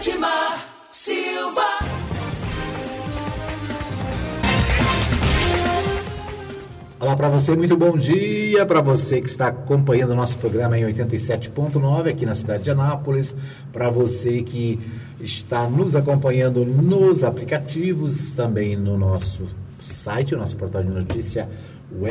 Edmar Silva. Olá para você, muito bom dia para você que está acompanhando o nosso programa em 87.9 aqui na cidade de Anápolis, para você que está nos acompanhando nos aplicativos, também no nosso site, o nosso portal de notícia, o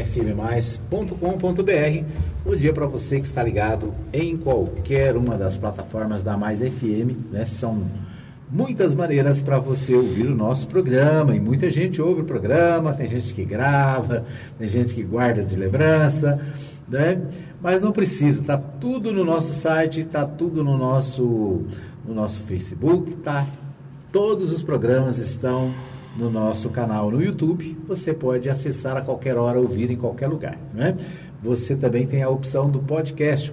fmmais.com.br. Bom dia para você que está ligado em qualquer uma das plataformas da Mais FM, né? São muitas maneiras para você ouvir o nosso programa, e muita gente ouve o programa, tem gente que grava, tem gente que guarda de lembrança, né? Mas não precisa, está tudo no nosso site, está tudo no nosso Facebook, tá? Todos os programas estão no nosso canal no YouTube, você pode acessar a qualquer hora, ouvir em qualquer lugar, né? Você também tem a opção do podcast,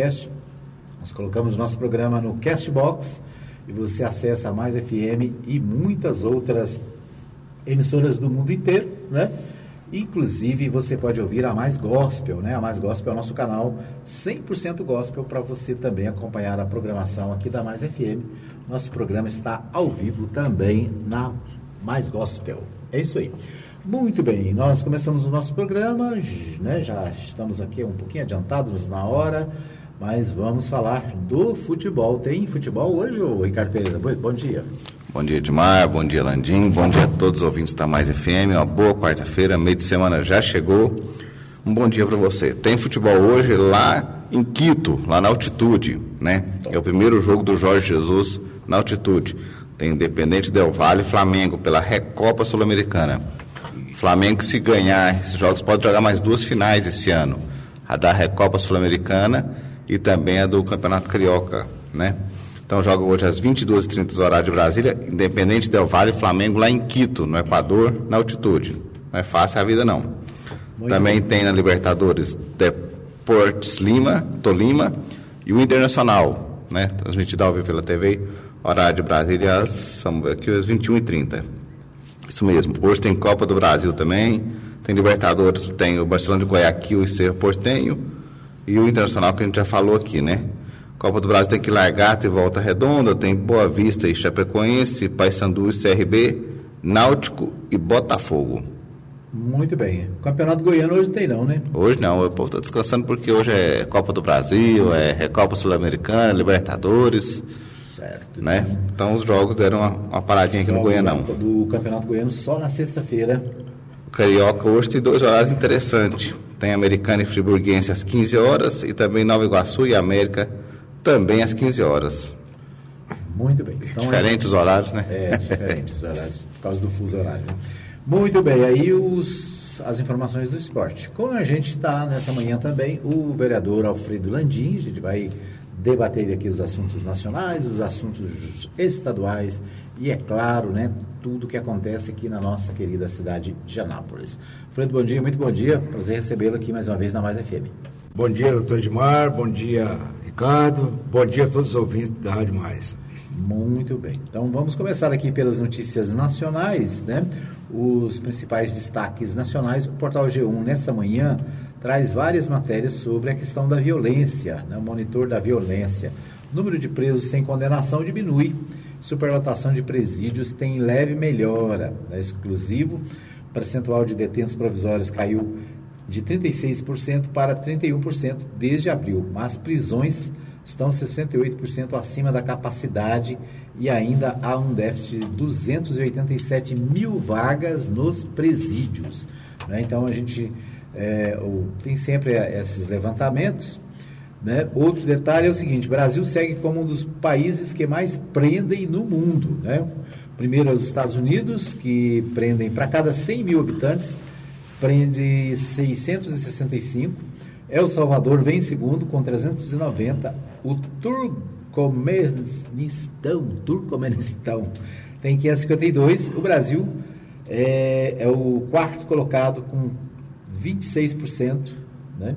nós colocamos o nosso programa no Castbox, e você acessa a Mais FM e muitas outras emissoras do mundo inteiro, né? Inclusive, você pode ouvir a Mais Gospel, né? A Mais Gospel é o nosso canal 100% Gospel, para você também acompanhar a programação aqui da Mais FM. Nosso programa está ao vivo também na Mais Gospel. É isso aí. Muito bem, nós começamos o nosso programa, né? Já estamos aqui um pouquinho adiantados na hora, mas vamos falar do futebol. Tem futebol hoje, Ricardo Pereira? Bom dia. Bom dia, Edmar. Bom dia, Landim. Bom dia a todos os ouvintes da Mais FM. Uma boa quarta-feira, meio de semana já chegou. Um bom dia para você. Tem futebol hoje lá em Quito, lá na altitude, né? É o primeiro jogo do Jorge Jesus na altitude. Tem Independente Del Valle e Flamengo pela Recopa Sul-Americana. Flamengo, se ganhar esses jogos, pode jogar mais duas finais esse ano. A da Recopa Sul-Americana e também a do Campeonato Carioca, né? Então joga hoje às 22h30 horário de Brasília, Independente Del Valle e Flamengo lá em Quito, no Equador, na altitude. Não é fácil a vida, não. Também tem na Libertadores Deportes Tolima e o Internacional, né? Transmitido ao vivo pela TV, horário de Brasília às 21h30. Isso mesmo. Hoje tem Copa do Brasil também, tem Libertadores, tem o Barcelona de Guayaquil e Cerro Porteño, e o Internacional que a gente já falou aqui, né? Copa do Brasil tem que Largata e Volta Redonda, tem Boa Vista e Chapecoense, Paysandu e CRB, Náutico e Botafogo. Muito bem. O Campeonato Goiano hoje tem não, né? Hoje não, o povo está descansando porque hoje é Copa do Brasil, é Recopa Sul-Americana, Libertadores, certo, né? Então os jogos deram uma paradinha aqui no Goianão. Do Campeonato Goiano só na sexta-feira. O Carioca hoje tem 2 horários interessantes. Tem Americana e Friburguense às 15 horas e também Nova Iguaçu e América também às 15 horas. Muito bem. Então, diferentes horários, né? Diferentes horários, por causa do fuso horário. Né? Muito bem, aí as informações do esporte. Como a gente está nessa manhã também, o vereador Alfredo Landim, a gente vai debater aqui os assuntos nacionais, os assuntos estaduais e, é claro, né, tudo que acontece aqui na nossa querida cidade de Anápolis. Alfredo, bom dia, muito bom dia. Prazer recebê-lo aqui mais uma vez na Mais FM. Bom dia, doutor Edmar. Bom dia, Ricardo. Bom dia a todos os ouvintes da Rádio Mais. Muito bem. Então, vamos começar aqui pelas notícias nacionais, né? Os principais destaques nacionais. O Portal G1, nessa manhã, traz várias matérias sobre a questão da violência, né? O monitor da violência. O número de presos sem condenação diminui. Superlotação de presídios tem leve melhora. É exclusivo. O percentual de detentos provisórios caiu de 36% para 31% desde abril, mas prisões estão 68% acima da capacidade e ainda há um déficit de 287 mil vagas nos presídios, né? Então a gente tem sempre esses levantamentos, né? Outro detalhe é o seguinte: o Brasil segue como um dos países que mais prendem no mundo, né? Primeiro é os Estados Unidos, que prendem para cada 100 mil habitantes, prende 665. El Salvador vem em segundo com 390. O Turcomenistão tem 552. O Brasil é o quarto colocado com 26%, né?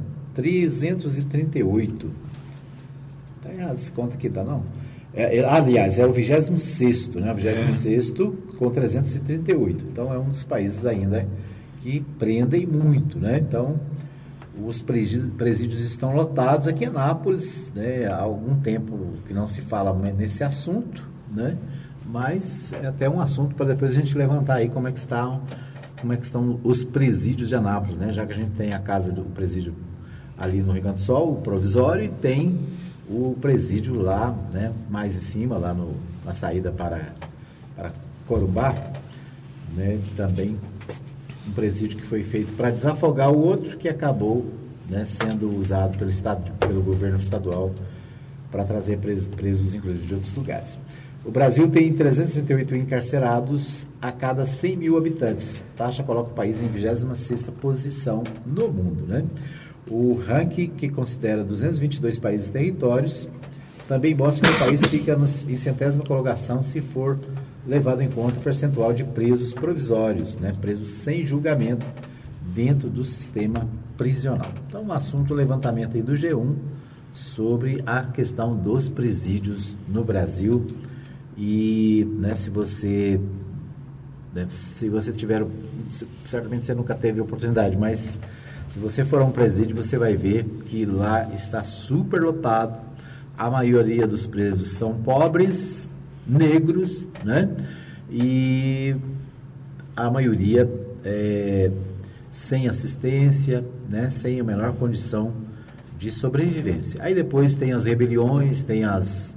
338. Está errado essa conta aqui, tá não? Aliás, é o 26º, né? O 26º com 338. Então, é um dos países ainda que prendem muito, né? Então, os presídios estão lotados aqui em Anápolis, né? Há algum tempo que não se fala nesse assunto, né? Mas é até um assunto para depois a gente levantar aí como é que estão os presídios de Anápolis, né? Já que a gente tem a casa do presídio ali no Rio Grande do Sul, o provisório, e tem o presídio lá, né? Mais em cima, lá na saída para Corumbá, né? Também um presídio que foi feito para desafogar o outro, que acabou, né, sendo usado pelo governo estadual para trazer presos, inclusive, de outros lugares. O Brasil tem 338 encarcerados a cada 100 mil habitantes. A taxa coloca o país em 26ª posição no mundo, né? O ranking, que considera 222 países e territórios, também mostra que o país fica em 100ª colocação se for levado em conta o percentual de presos provisórios, né? Presos sem julgamento dentro do sistema prisional. Então, um assunto, levantamento aí do G1 sobre a questão dos presídios no Brasil. E, né, se você tiver, certamente você nunca teve oportunidade, mas se você for a um presídio, você vai ver que lá está super lotado. A maioria dos presos são pobres, negros, né? E a maioria sem assistência, né? Sem a menor condição de sobrevivência. Aí depois tem as rebeliões, tem as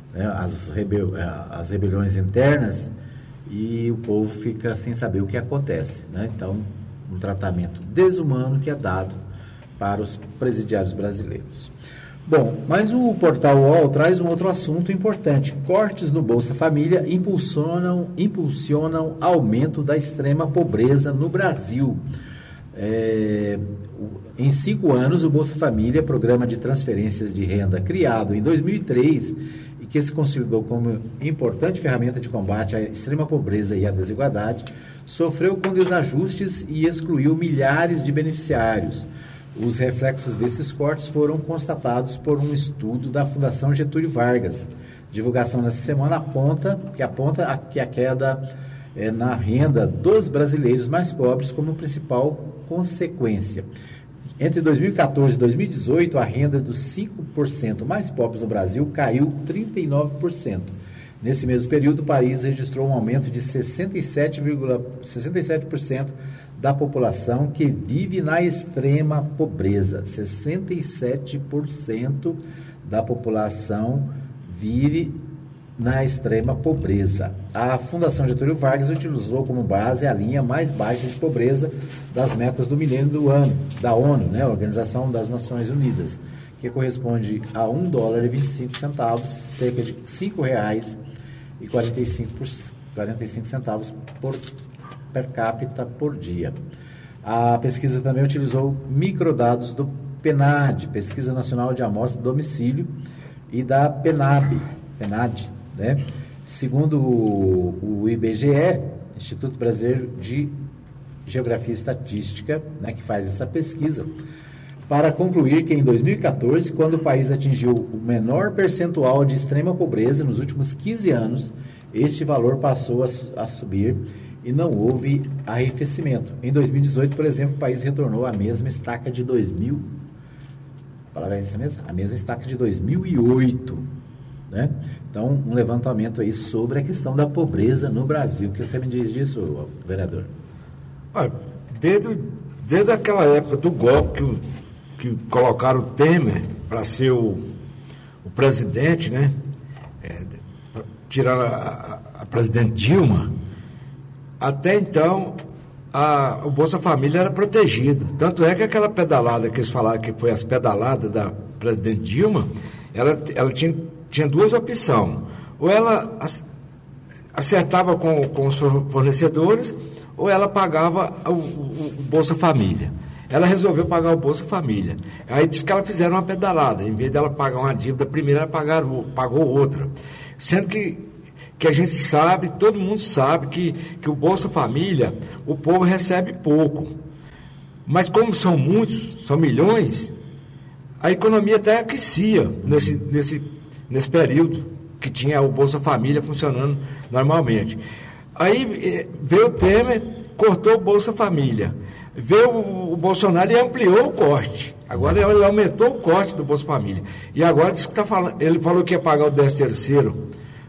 rebeliões internas, e o povo fica sem saber o que acontece, né? Então, um tratamento desumano que é dado para os presidiários brasileiros. Bom, mas o portal UOL traz um outro assunto importante. Cortes no Bolsa Família impulsionam aumento da extrema pobreza no Brasil. Em 5 anos, o Bolsa Família, programa de transferências de renda criado em 2003 e que se consolidou como importante ferramenta de combate à extrema pobreza e à desigualdade, sofreu com desajustes e excluiu milhares de beneficiários. Os reflexos desses cortes foram constatados por um estudo da Fundação Getúlio Vargas. Divulgação nessa semana aponta que a queda na renda dos brasileiros mais pobres como principal consequência. Entre 2014 e 2018, a renda dos 5% mais pobres no Brasil caiu 39%. Nesse mesmo período, o país registrou um aumento de 67% da população que vive na extrema pobreza. 67% da população vive na extrema pobreza. A Fundação Getúlio Vargas utilizou como base a linha mais baixa de pobreza das metas do milênio da ONU, né, a Organização das Nações Unidas, que corresponde a $1,25, cerca de R$ 5,45 per capita por dia. A pesquisa também utilizou microdados do PNAD, Pesquisa Nacional de Amostra do Domicílio, e da PNAD, né? Segundo o IBGE, Instituto Brasileiro de Geografia e Estatística, né, que faz essa pesquisa, para concluir que em 2014, quando o país atingiu o menor percentual de extrema pobreza nos últimos 15 anos, este valor passou a subir e não houve arrefecimento. Em 2018, por exemplo, o país retornou à mesma estaca de 2000. A palavra é essa mesmo? A mesma estaca de 2008, né? Então, um levantamento aí sobre a questão da pobreza no Brasil. O que você me diz disso, vereador? Olha, desde aquela época do golpe que colocaram o Temer para ser o presidente, né? Tiraram a presidente Dilma, até então o Bolsa Família era protegido. Tanto é que aquela pedalada que eles falaram que foi as pedaladas da presidente Dilma, ela tinha duas opções. Ou ela acertava com os fornecedores, ou ela pagava o Bolsa Família. Ela resolveu pagar o Bolsa Família. Aí disse que ela fizeram uma pedalada. Em vez dela pagar uma dívida primeiro, ela pagou outra. Sendo que a gente sabe, todo mundo sabe que o Bolsa Família, o povo recebe pouco. Mas como são muitos, são milhões, a economia até aquecia nesse período que tinha o Bolsa Família funcionando normalmente. Aí veio o Temer, cortou o Bolsa Família. Veio o Bolsonaro e ampliou o corte. Agora ele aumentou o corte do Bolsa Família. E agora diz que ele falou que ia pagar o 13º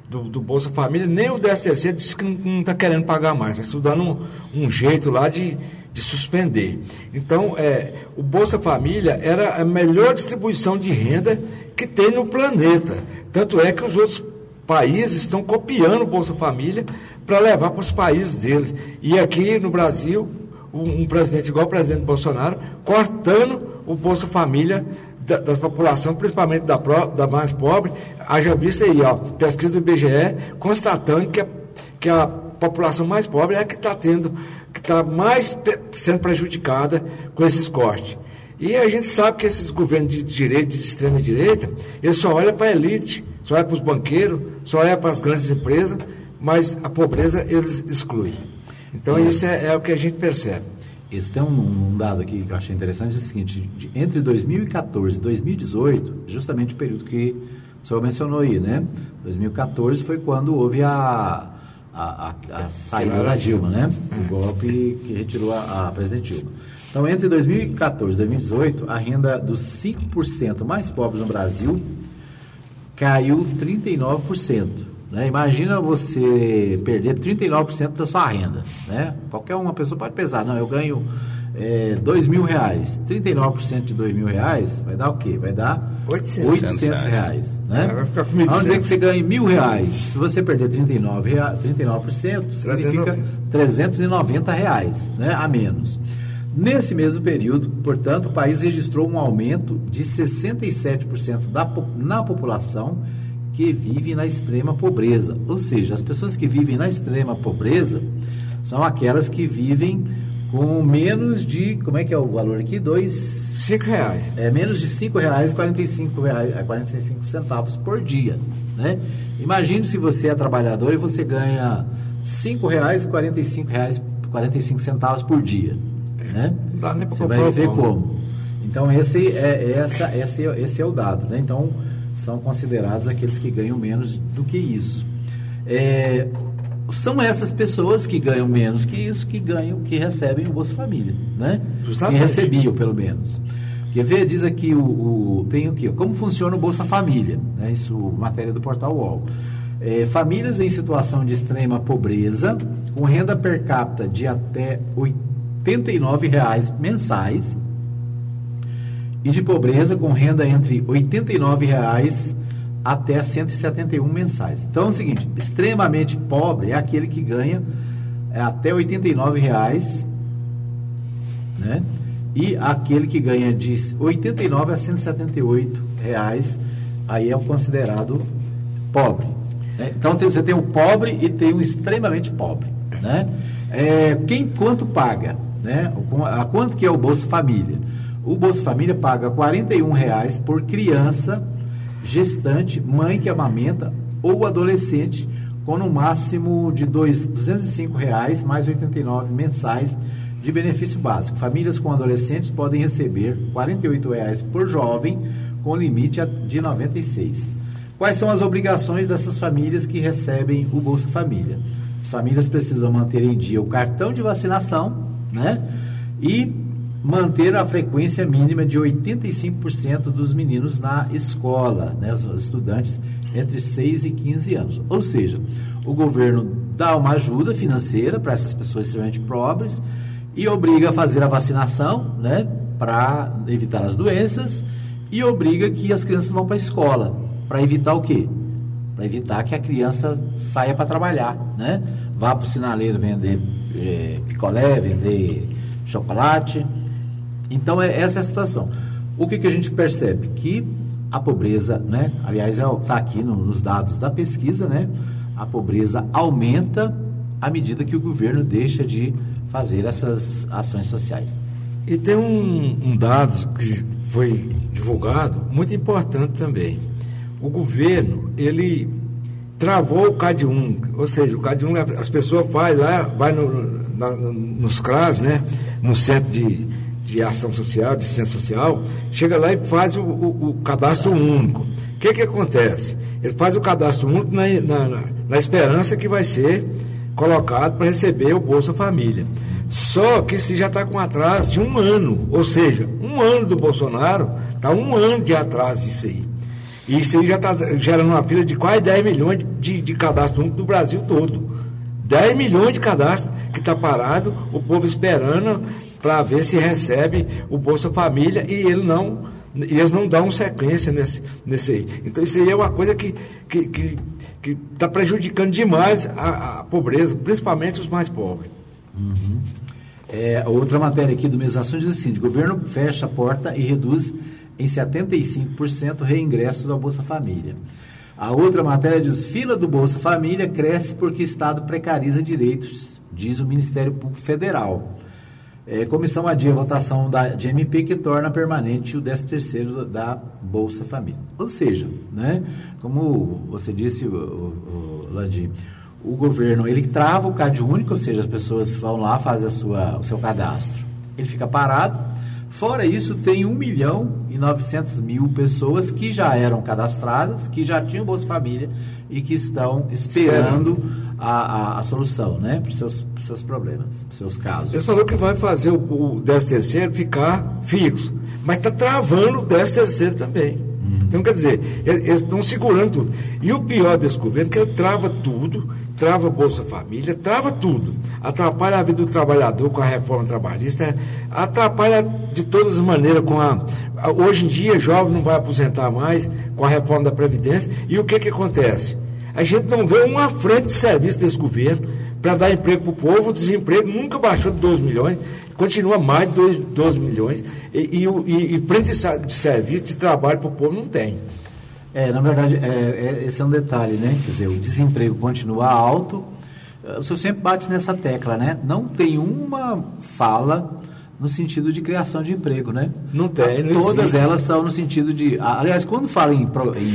do Bolsa Família, nem o 13º disse que não está querendo pagar mais, está estudando um jeito lá de suspender. Então, o Bolsa Família era a melhor distribuição de renda que tem no planeta. Tanto é que os outros países estão copiando o Bolsa Família para levar para os países deles. E aqui no Brasil, um presidente igual o presidente Bolsonaro, cortando o Bolsa Família da população, principalmente da mais pobre. Haja vista aí, pesquisa do IBGE, constatando que a população mais pobre é a que está mais sendo prejudicada com esses cortes. E a gente sabe que esses governos de direita e de extrema direita, eles só olham para a elite, só olham para os banqueiros, só olham para as grandes empresas, mas a pobreza eles excluem. Então isso é o que a gente percebe. Esse tem um dado aqui que eu achei interessante, é o seguinte, entre 2014 e 2018, justamente o período que o senhor mencionou aí, né? 2014 foi quando houve a saída da Dilma, né? O golpe que retirou a presidente Dilma. Então, entre 2014 e 2018, a renda dos 5% mais pobres no Brasil caiu 39%. Né? Imagina você perder 39% da sua renda. Né? Qualquer uma pessoa pode pesar. Não, eu ganho R$2.000. 39% de R$2.000 vai dar o quê? Vai dar R$800. Né? Vai ficar com 1.200. Vamos dizer que você ganha R$1.000. Se você perder 39%, significa R$390, né? A menos. Nesse mesmo período, portanto, o país registrou um aumento de 67% na população que vive na extrema pobreza. Ou seja, as pessoas que vivem na extrema pobreza são aquelas que vivem com menos de, como é que é o valor aqui? R$5. Menos de R$5,45 por dia. Né? Imagine se você é trabalhador e você ganha R$5,45 por dia. Né? Não dá nem para você vai ver como. Então, esse é o dado. Né? Então, são considerados aqueles que ganham menos do que isso. São essas pessoas que ganham menos que isso, que recebem o Bolsa Família. Né? Justamente. Que recebiam, pelo menos. Quer ver? Diz aqui, tem o quê? Como funciona o Bolsa Família? Né? Isso, matéria do portal UOL. Famílias em situação de extrema pobreza, com renda per capita de até R$89 mensais, e de pobreza com renda entre R$89 até R$171 mensais. Então é o seguinte, extremamente pobre é aquele que ganha até R$89, né? E aquele que ganha de R$89 a R$178, aí é o considerado pobre. Né? Então você tem o pobre e tem o extremamente pobre. Né? Quanto paga? Né? Quanto que é o Bolsa Família? O Bolsa Família paga R$41 por criança, gestante, mãe que amamenta ou adolescente, com no máximo de R$205 mais R$89 mensais de benefício básico. Famílias com adolescentes podem receber R$48 por jovem, com limite de R$96. Quais são as obrigações dessas famílias que recebem o Bolsa Família? As famílias precisam manter em dia o cartão de vacinação, né? E manter a frequência mínima de 85% dos meninos na escola, né? Os estudantes entre 6 e 15 anos. Ou seja, o governo dá uma ajuda financeira para essas pessoas extremamente pobres e obriga a fazer a vacinação, né? Para evitar as doenças, e obriga que as crianças vão para a escola. Para evitar o quê? Para evitar que a criança saia para trabalhar, né? Vá para o sinaleiro vender picolé, vender chocolate. Então, essa é a situação. O que a gente percebe? Que a pobreza, né? Aliás, está aqui nos dados da pesquisa, né? A pobreza aumenta à medida que o governo deixa de fazer essas ações sociais. E tem um dado que foi divulgado, muito importante também. O governo, ele travou o CAD-1, ou seja, o CAD-1, as pessoas vai nos CRAS, né? No Centro de Ação Social, de Assistência Social, chega lá e faz o cadastro único. O que acontece? Ele faz o cadastro único na esperança que vai ser colocado para receber o Bolsa Família. Só que se já está com atraso de 1 ano, ou seja, 1 ano do Bolsonaro, está 1 ano de atraso disso aí. E isso aí já está gerando uma fila de quase 10 milhões de cadastros únicos do Brasil todo. 10 milhões de cadastros que está parado, o povo esperando para ver se recebe o Bolsa Família, e eles não dão sequência nesse aí. Então isso aí é uma coisa que está prejudicando demais a pobreza, principalmente os mais pobres. Uhum. Outra matéria aqui do mesmo assunto diz assim: o governo fecha a porta e reduz em 75% reingressos ao Bolsa Família. A outra matéria diz: fila do Bolsa Família cresce porque Estado precariza direitos, diz o Ministério Público Federal. Comissão adia a votação de MP que torna permanente o 13º da Bolsa Família. Ou seja, né, como você disse, Landim, o governo ele trava o CAD único, ou seja, as pessoas vão lá, fazem o seu cadastro. Ele fica parado. Fora isso, tem 1.900.000 pessoas que já eram cadastradas, que já tinham Bolsa Família e que estão esperando a solução, né, para os seus problemas, para os seus casos. Ele falou que vai fazer o 13º ficar fixo, mas está travando o 13º também. Então, quer dizer, eles estão segurando tudo. E o pior desse governo é que ele trava tudo, trava a Bolsa Família, trava tudo. Atrapalha a vida do trabalhador com a reforma trabalhista, atrapalha de todas as maneiras com hoje em dia, jovem não vai aposentar mais com a reforma da Previdência. E o que acontece? A gente não vê uma frente de serviço desse governo para dar emprego para o povo. O desemprego nunca baixou de 12 milhões, continua mais de 12 milhões, e frente de serviço, de trabalho para o povo não tem. Na verdade, esse é um detalhe, né? Quer dizer, o desemprego continua alto. O senhor sempre bate nessa tecla, né? Não tem uma fala no sentido de criação de emprego, né? Não tem, não Todas existe. elas são no sentido de... Aliás, quando fala em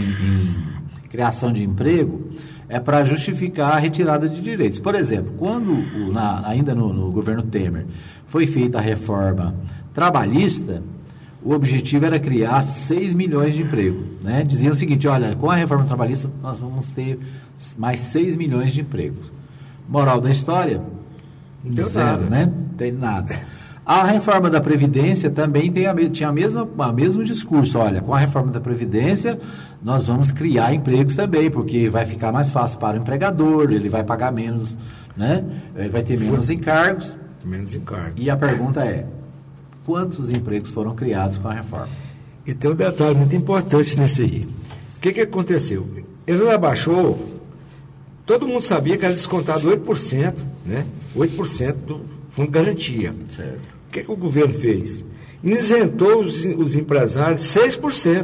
criação de emprego, é para justificar a retirada de direitos. Por exemplo, quando, ainda no governo Temer, foi feita a reforma trabalhista, o objetivo era criar 6 milhões de empregos. Né? Dizia o seguinte: olha, com a reforma trabalhista nós vamos ter mais 6 milhões de empregos. Moral da história? Não deu zero, nada. né? Não tem nada. A reforma da Previdência também tinha o mesmo discurso. Olha, com a reforma da Previdência, nós vamos criar empregos também, porque vai ficar mais fácil para o empregador, ele vai pagar menos, né? Vai ter menos encargos. Menos encargos. E a pergunta é: quantos empregos foram criados com a reforma? E tem um detalhe muito importante nesse aí. O que aconteceu? Ele abaixou, todo mundo sabia que era descontado 8%, né? 8% do Fundo de Garantia. Certo. O que o governo fez? Isentou os empresários 6%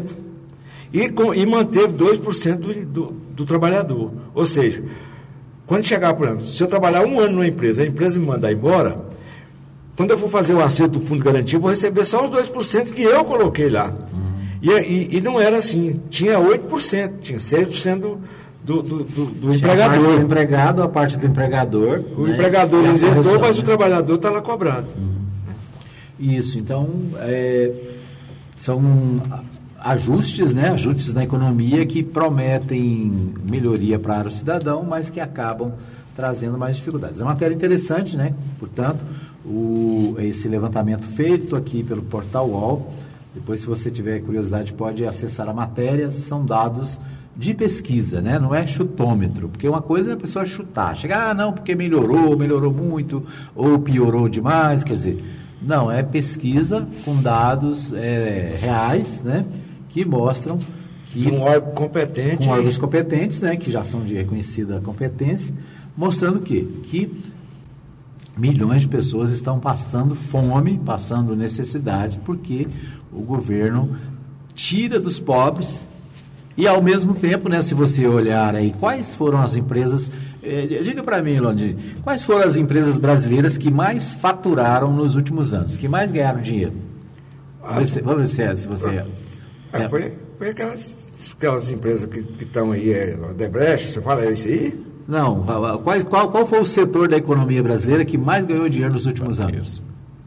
e manteve 2% do trabalhador. Ou seja, quando chegar, por exemplo, se eu trabalhar um ano numa empresa, a empresa me mandar embora, quando eu for fazer o acerto do Fundo de Garantia, eu vou receber só os 2% que eu coloquei lá. E não era assim. Tinha 8%, tinha 6% do empregador. A parte do empregado, a parte do empregador. O né? empregador isentou, mas o trabalhador está lá cobrado. Isso, então, são ajustes, né? Ajustes na economia que prometem melhoria para o cidadão, mas que acabam trazendo mais dificuldades. É uma matéria interessante, né? Portanto, esse levantamento feito aqui pelo Portal UOL, depois, se você tiver curiosidade, pode acessar a matéria. São dados de pesquisa, né? Não é chutômetro, porque uma coisa é a pessoa chutar, chegar, não, porque melhorou muito, ou piorou demais, quer dizer, não, é pesquisa com dados reais, né? Que mostram que... Com órgão competente. Com órgãos competentes, né? Que já são de reconhecida competência, mostrando que milhões de pessoas estão passando fome, passando necessidades, porque o governo tira dos pobres. E, ao mesmo tempo, né, se você olhar aí, quais foram as empresas... diga para mim, Landim, quais foram as empresas brasileiras que mais faturaram nos últimos anos, que mais ganharam dinheiro? Vamos ver se você... Foi aquelas empresas que estão aí, Odebrecht, você fala, é isso aí? Não, qual foi o setor da economia brasileira que mais ganhou dinheiro nos últimos anos?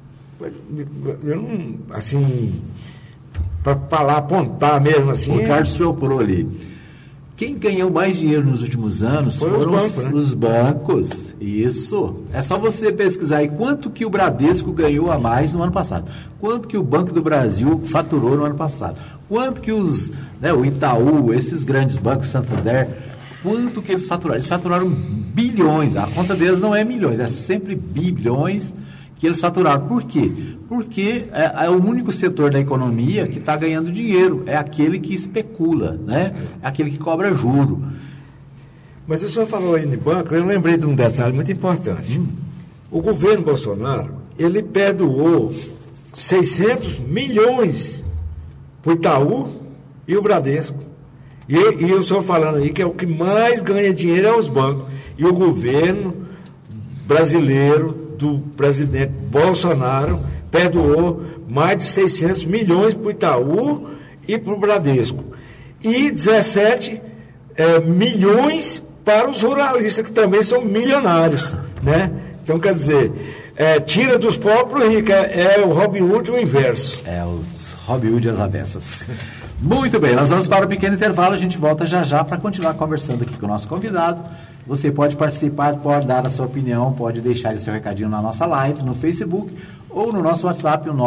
Eu não, assim... Para falar, apontar mesmo assim. O Ricardo soprou ali. Quem ganhou mais dinheiro nos últimos anos foram os bancos. Isso. É só você pesquisar aí quanto que o Bradesco ganhou a mais no ano passado. Quanto que o Banco do Brasil faturou no ano passado. Quanto que o Itaú, esses grandes bancos, Santander, quanto que eles faturaram? Eles faturaram bilhões, a conta deles não é milhões, é sempre bilhões que eles faturaram. Por quê? Porque é o único setor da economia que está ganhando dinheiro, é aquele que especula, né? É aquele que cobra juro. Mas o senhor falou aí de banco, eu lembrei de um detalhe muito importante. O governo Bolsonaro, ele perdoou 600 milhões para o Itaú e o Bradesco. E o senhor falando aí que é o que mais ganha dinheiro é os bancos. E o governo brasileiro do presidente Bolsonaro perdoou mais de 600 milhões para o Itaú e para o Bradesco. E 17 milhões para os ruralistas, que também são milionários, né? Então, quer dizer, tira dos pobres para o rico, é o Robin Hood o inverso. É, os Robin Hood às avessas. Muito bem, nós vamos para o pequeno intervalo, a gente volta já para continuar conversando aqui com o nosso convidado. Você pode participar, pode dar a sua opinião, pode deixar o seu recadinho na nossa live, no Facebook ou no nosso WhatsApp, o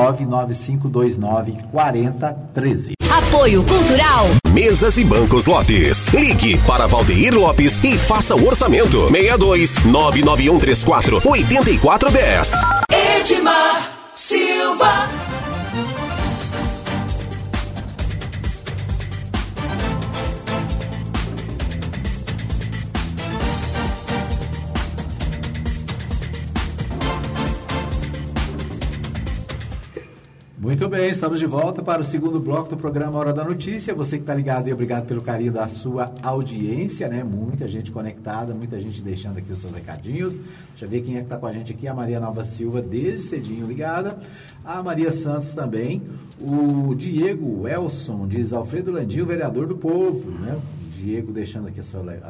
995294013. Apoio Cultural. Mesas e Bancos Lopes. Ligue para Valdeir Lopes e faça o orçamento. 62-99134-8410. Edmar Silva. Muito bem, estamos de volta para o segundo bloco do programa Hora da Notícia. Você que está ligado e obrigado pelo carinho da sua audiência, né? Muita gente conectada, muita gente deixando aqui os seus recadinhos. Deixa eu ver quem é que está com a gente aqui. A Maria Nova Silva, desde cedinho ligada. A Maria Santos também. O Diego Elson, diz Alfredo Landim, vereador do povo, né? O Diego deixando aqui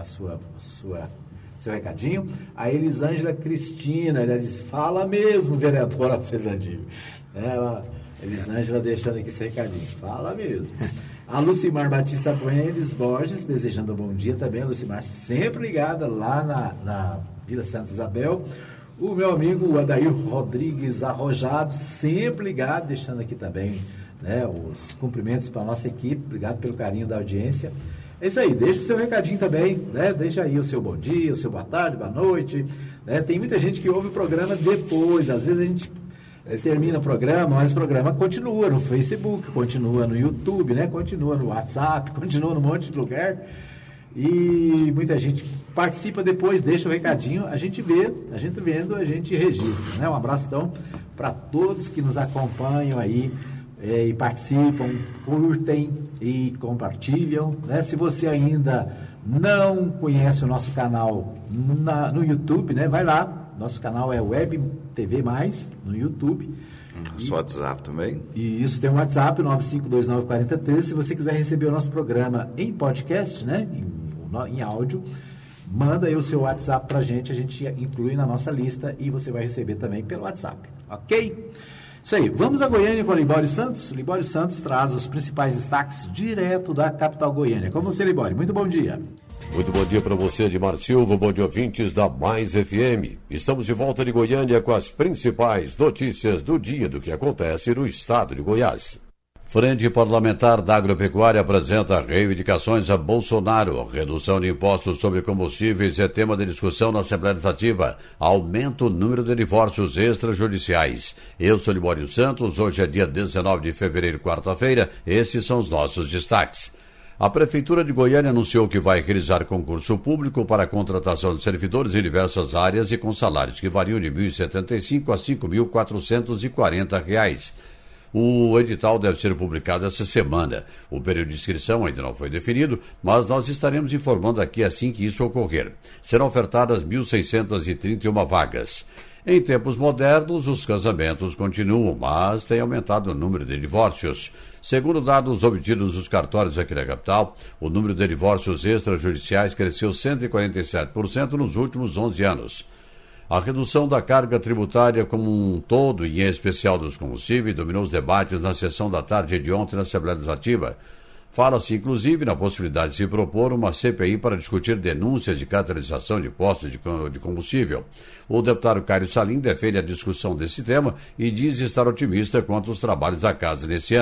seu recadinho. A Elisângela Cristina, ela diz, fala mesmo, vereador Alfredo Landim. Elisângela deixando aqui esse recadinho. Fala mesmo. A Lucimar Batista Buenes Borges, desejando um bom dia também. A Lucimar sempre ligada lá na Vila Santa Isabel. O meu amigo Adair Rodrigues Arrojado, sempre ligado, deixando aqui também, né, os cumprimentos para a nossa equipe. Obrigado pelo carinho da audiência. É isso aí, deixa o seu recadinho também, né? Deixa aí o seu bom dia, o seu boa tarde, boa noite. Né? Tem muita gente que ouve o programa depois. Às vezes a gente termina o programa, mas o programa continua no Facebook, continua no YouTube, né? Continua no WhatsApp, continua num monte de lugar. E muita gente participa depois, deixa o recadinho, a gente vendo, a gente registra, né? Um abraço então para todos que nos acompanham aí e participam, curtem e compartilham, né? Se você ainda não conhece o nosso canal no YouTube, né? Vai lá. Nosso canal é Web TV Mais, no YouTube. Nosso WhatsApp também. E isso tem um WhatsApp, 9529413. Se você quiser receber o nosso programa em podcast, né, em áudio, manda aí o seu WhatsApp pra gente, a gente inclui na nossa lista e você vai receber também pelo WhatsApp, ok? Isso aí, vamos a Goiânia com o Libório Santos. O Libório Santos traz os principais destaques direto da capital Goiânia. Com você, Libório, muito bom dia. Muito bom dia para você, Edmar Silva, bom dia, ouvintes da Mais FM. Estamos de volta de Goiânia com as principais notícias do dia do que acontece no estado de Goiás. Frente Parlamentar da Agropecuária apresenta reivindicações a Bolsonaro. Redução de impostos sobre combustíveis é tema de discussão na Assembleia Legislativa. Aumenta o número de divórcios extrajudiciais. Eu sou Libório Santos, hoje é dia 19 de fevereiro, quarta-feira. Esses são os nossos destaques. A Prefeitura de Goiânia anunciou que vai realizar concurso público para a contratação de servidores em diversas áreas e com salários que variam de R$ 1.075 a R$ 5.440. O edital deve ser publicado essa semana. O período de inscrição ainda não foi definido, mas nós estaremos informando aqui assim que isso ocorrer. Serão ofertadas 1.631 vagas. Em tempos modernos, os casamentos continuam, mas tem aumentado o número de divórcios. Segundo dados obtidos dos cartórios aqui na capital, o número de divórcios extrajudiciais cresceu 147% nos últimos 11 anos. A redução da carga tributária como um todo, e em especial dos combustíveis, dominou os debates na sessão da tarde de ontem na Assembleia Legislativa. Fala-se, inclusive, na possibilidade de se propor uma CPI para discutir denúncias de catalisação de postos de combustível. O deputado Cário Salim defende a discussão desse tema e diz estar otimista quanto aos trabalhos da casa nesse ano.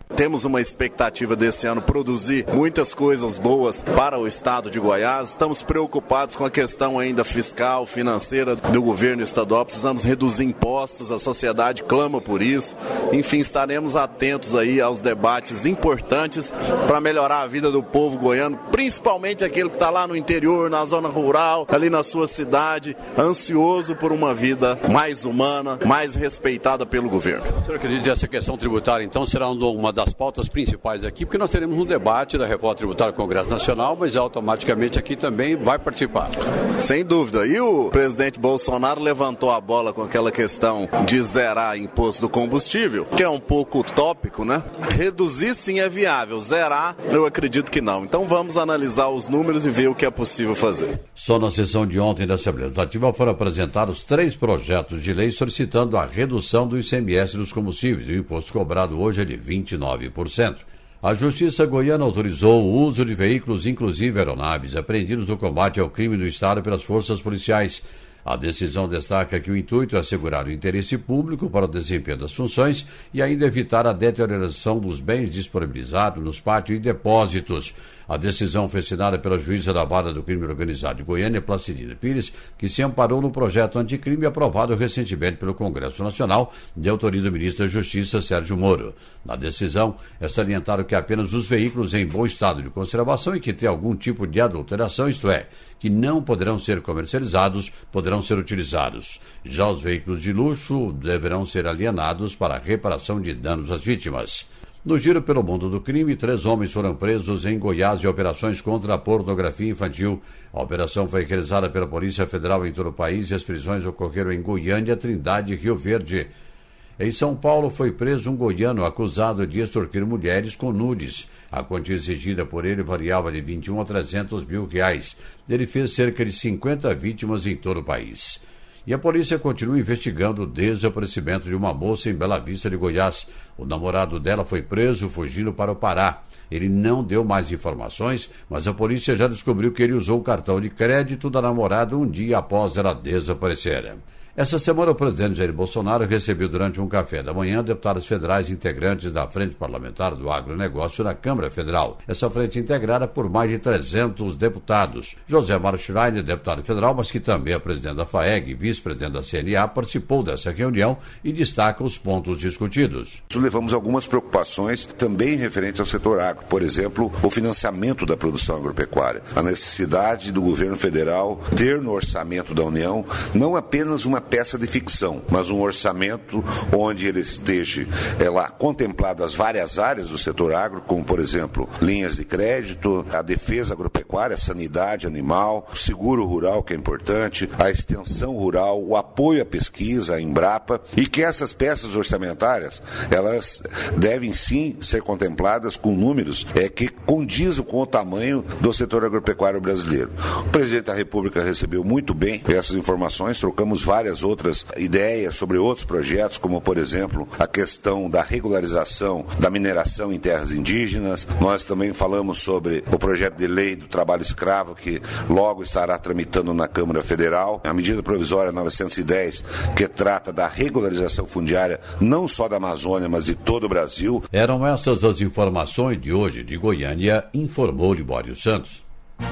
Temos uma expectativa desse ano produzir muitas coisas boas para o estado de Goiás. Estamos preocupados com a questão ainda fiscal, financeira do governo estadual. Precisamos reduzir impostos, a sociedade clama por isso. Enfim, estaremos atentos aí aos debates importantes para melhorar a vida do povo goiano, principalmente aquele que está lá no interior, na zona rural, ali na sua cidade, ansioso por uma vida mais humana, mais respeitada pelo governo. O senhor acredita que essa questão tributária, então, será uma das pautas principais aqui, porque nós teremos um debate da reforma tributária no Congresso Nacional, mas automaticamente aqui também vai participar. Sem dúvida. E o presidente Bolsonaro levantou a bola com aquela questão de zerar imposto do combustível, que é um pouco utópico, né? Reduzir sim é viável, zerar eu acredito que não. Então vamos analisar os números e ver o que é possível fazer. Só na sessão de ontem da Assembleia Legislativa foram apresentados 3 projetos de lei solicitando a redução do ICMS dos combustíveis. O imposto cobrado hoje é de 29%. A Justiça Goiana autorizou o uso de veículos, inclusive aeronaves, apreendidos no combate ao crime do Estado pelas forças policiais. A decisão destaca que o intuito é assegurar o interesse público para o desempenho das funções e ainda evitar a deterioração dos bens disponibilizados nos pátios e depósitos. A decisão foi assinada pela juíza da Vara do Crime Organizado de Goiânia, Placidina Pires, que se amparou no projeto anticrime aprovado recentemente pelo Congresso Nacional, de autoria do ministro da Justiça, Sérgio Moro. Na decisão, é salientado que apenas os veículos em bom estado de conservação e que têm algum tipo de adulteração, isto é, que não poderão ser comercializados, poderão ser utilizados. Já os veículos de luxo deverão ser alienados para a reparação de danos às vítimas. No giro pelo mundo do crime, 3 homens foram presos em Goiás em operações contra a pornografia infantil. A operação foi realizada pela Polícia Federal em todo o país e as prisões ocorreram em Goiânia, Trindade e Rio Verde. Em São Paulo foi preso um goiano acusado de extorquir mulheres com nudes. A quantia exigida por ele variava de 21 a 300 mil reais. Ele fez cerca de 50 vítimas em todo o país. E a polícia continua investigando o desaparecimento de uma moça em Bela Vista de Goiás. O namorado dela foi preso fugindo para o Pará. Ele não deu mais informações, mas a polícia já descobriu que ele usou o cartão de crédito da namorada um dia após ela desaparecer. Essa semana, o presidente Jair Bolsonaro recebeu durante um café da manhã deputados federais integrantes da Frente Parlamentar do Agronegócio na Câmara Federal. Essa frente integrada por mais de 300 deputados. José Mário Schreiner, deputado federal, mas que também é presidente da FAEG e vice-presidente da CNA, participou dessa reunião e destaca os pontos discutidos. Levamos algumas preocupações também referentes ao setor agro. Por exemplo, o financiamento da produção agropecuária. A necessidade do governo federal ter no orçamento da União não apenas uma peça de ficção, mas um orçamento onde ele esteja lá contemplado as várias áreas do setor agro, como por exemplo, linhas de crédito, a defesa agropecuária, a sanidade animal, o seguro rural, que é importante, a extensão rural, o apoio à pesquisa, à Embrapa, e que essas peças orçamentárias, elas devem sim ser contempladas com números que condizem com o tamanho do setor agropecuário brasileiro. O presidente da República recebeu muito bem essas informações, trocamos várias outras ideias sobre outros projetos, como por exemplo a questão da regularização da mineração em terras indígenas. Nós também falamos sobre o projeto de lei do trabalho escravo, que logo estará tramitando na Câmara Federal, a medida provisória 910, que trata da regularização fundiária não só da Amazônia, mas de todo o Brasil. Eram essas as informações de hoje de Goiânia, informou Libório Santos.